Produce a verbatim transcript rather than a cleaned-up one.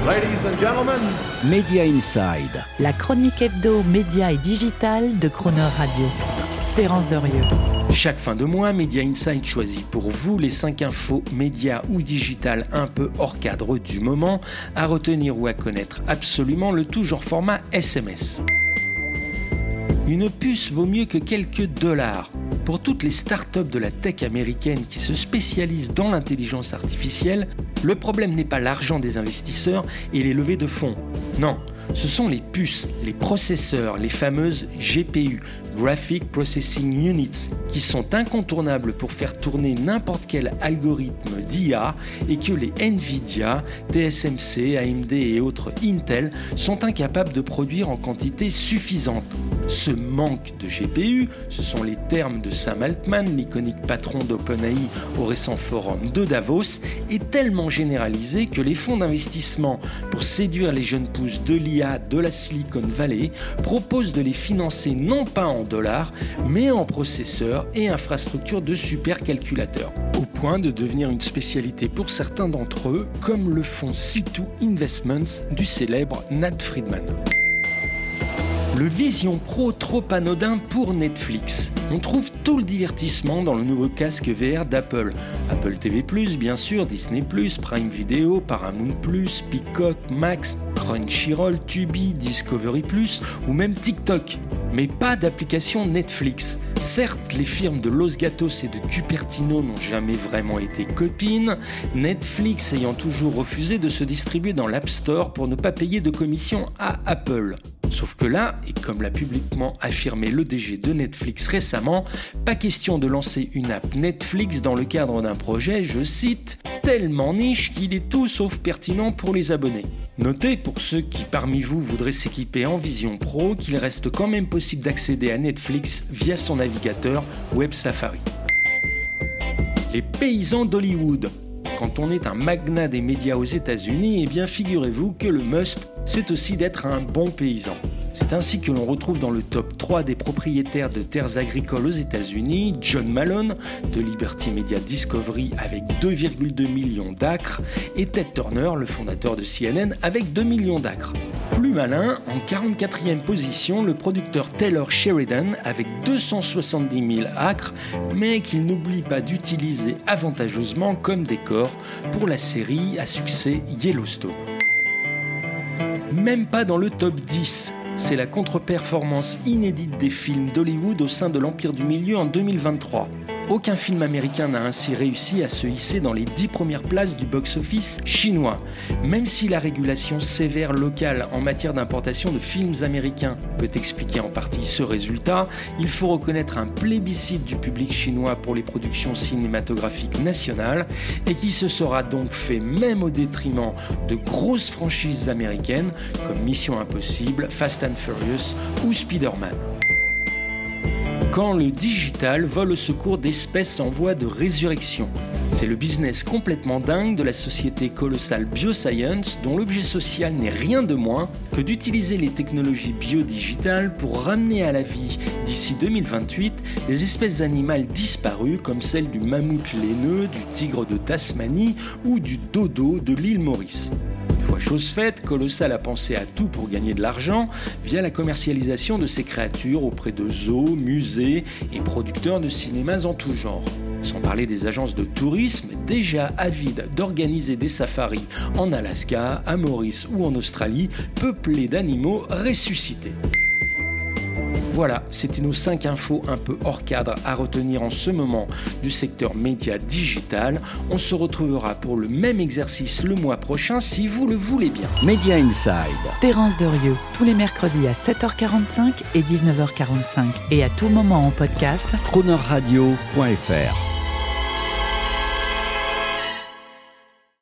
Ladies and gentlemen, Media Inside. La chronique hebdo, média et digital de Croner Radio. Terence Derieux. Chaque fin de mois, Media Inside choisit pour vous les cinq infos médias ou digital un peu hors cadre du moment, à retenir ou à connaître absolument, le tout genre format S M S. Une puce vaut mieux que quelques dollars. Pour toutes les startups de la tech américaine qui se spécialisent dans l'intelligence artificielle, le problème n'est pas l'argent des investisseurs et les levées de fonds. Non, ce sont les puces, les processeurs, les fameuses G P U, Graphic Processing Units, qui sont incontournables pour faire tourner n'importe quel algorithme d'I A et que les Nvidia, T S M C, A M D et autres Intel sont incapables de produire en quantité suffisante. Ce manque de G P U, ce sont les termes de Sam Altman, l'iconique patron d'OpenAI au récent forum de Davos, est tellement généralisé que les fonds d'investissement pour séduire les jeunes pousses de l'I A de la Silicon Valley proposent de les financer non pas en dollars, mais en processeurs et infrastructures de supercalculateurs, au point de devenir une spécialité pour certains d'entre eux, comme le fonds C deux Investments du célèbre Nat Friedman. Le Vision Pro trop anodin pour Netflix. On trouve tout le divertissement dans le nouveau casque V R d'Apple. Apple T V plus, bien sûr, Disney plus, Prime Video, Paramount plus, Peacock, Max, Crunchyroll, Tubi, Discovery plus ou même TikTok. Mais pas d'application Netflix. Certes, les firmes de Los Gatos et de Cupertino n'ont jamais vraiment été copines, Netflix ayant toujours refusé de se distribuer dans l'App Store pour ne pas payer de commission à Apple. Sauf que là, et comme l'a publiquement affirmé le D G de Netflix récemment, pas question de lancer une app Netflix dans le cadre d'un projet, je cite, tellement niche qu'il est tout sauf pertinent pour les abonnés. Notez pour ceux qui parmi vous voudraient s'équiper en Vision Pro qu'il reste quand même possible d'accéder à Netflix via son navigateur Web Safari. Les paysans d'Hollywood. Quand on est un magnat des médias aux États-Unis, eh bien figurez-vous que le must, c'est aussi d'être un bon paysan. C'est ainsi que l'on retrouve dans le top trois des propriétaires de terres agricoles aux États-Unis, John Malone de Liberty Media Discovery avec deux virgule deux millions d'acres et Ted Turner, le fondateur de C N N, avec deux millions d'acres. Plus malin, en quarante-quatrième position, le producteur Taylor Sheridan avec deux cent soixante-dix mille acres, mais qu'il n'oublie pas d'utiliser avantageusement comme décor pour la série à succès Yellowstone. Même pas dans le top dix. C'est la contre-performance inédite des films d'Hollywood au sein de l'Empire du Milieu en deux mille vingt-trois. Aucun film américain n'a ainsi réussi à se hisser dans les dix premières places du box-office chinois. Même si la régulation sévère locale en matière d'importation de films américains peut expliquer en partie ce résultat, il faut reconnaître un plébiscite du public chinois pour les productions cinématographiques nationales et qui se sera donc fait même au détriment de grosses franchises américaines comme Mission Impossible, Fast and Furious ou Spider-Man. Quand le digital vole au secours d'espèces en voie de résurrection. C'est le business complètement dingue de la société colossale Bioscience dont l'objet social n'est rien de moins que d'utiliser les technologies biodigitales pour ramener à la vie d'ici deux mille vingt-huit des espèces animales disparues comme celle du mammouth laineux, du tigre de Tasmanie ou du dodo de l'île Maurice. Une fois chose faite, Colossal a pensé à tout pour gagner de l'argent via la commercialisation de ces créatures auprès de zoos, musées et producteurs de cinémas en tout genre. Sans parler des agences de tourisme déjà avides d'organiser des safaris en Alaska, à Maurice ou en Australie, peuplés d'animaux ressuscités. Voilà, c'était nos cinq infos un peu hors cadre à retenir en ce moment du secteur média digital. On se retrouvera pour le même exercice le mois prochain si vous le voulez bien. Media Inside. Terence Derieux, tous les mercredis à sept heures quarante-cinq et dix-neuf heures quarante-cinq et à tout moment en podcast. croner radio point f r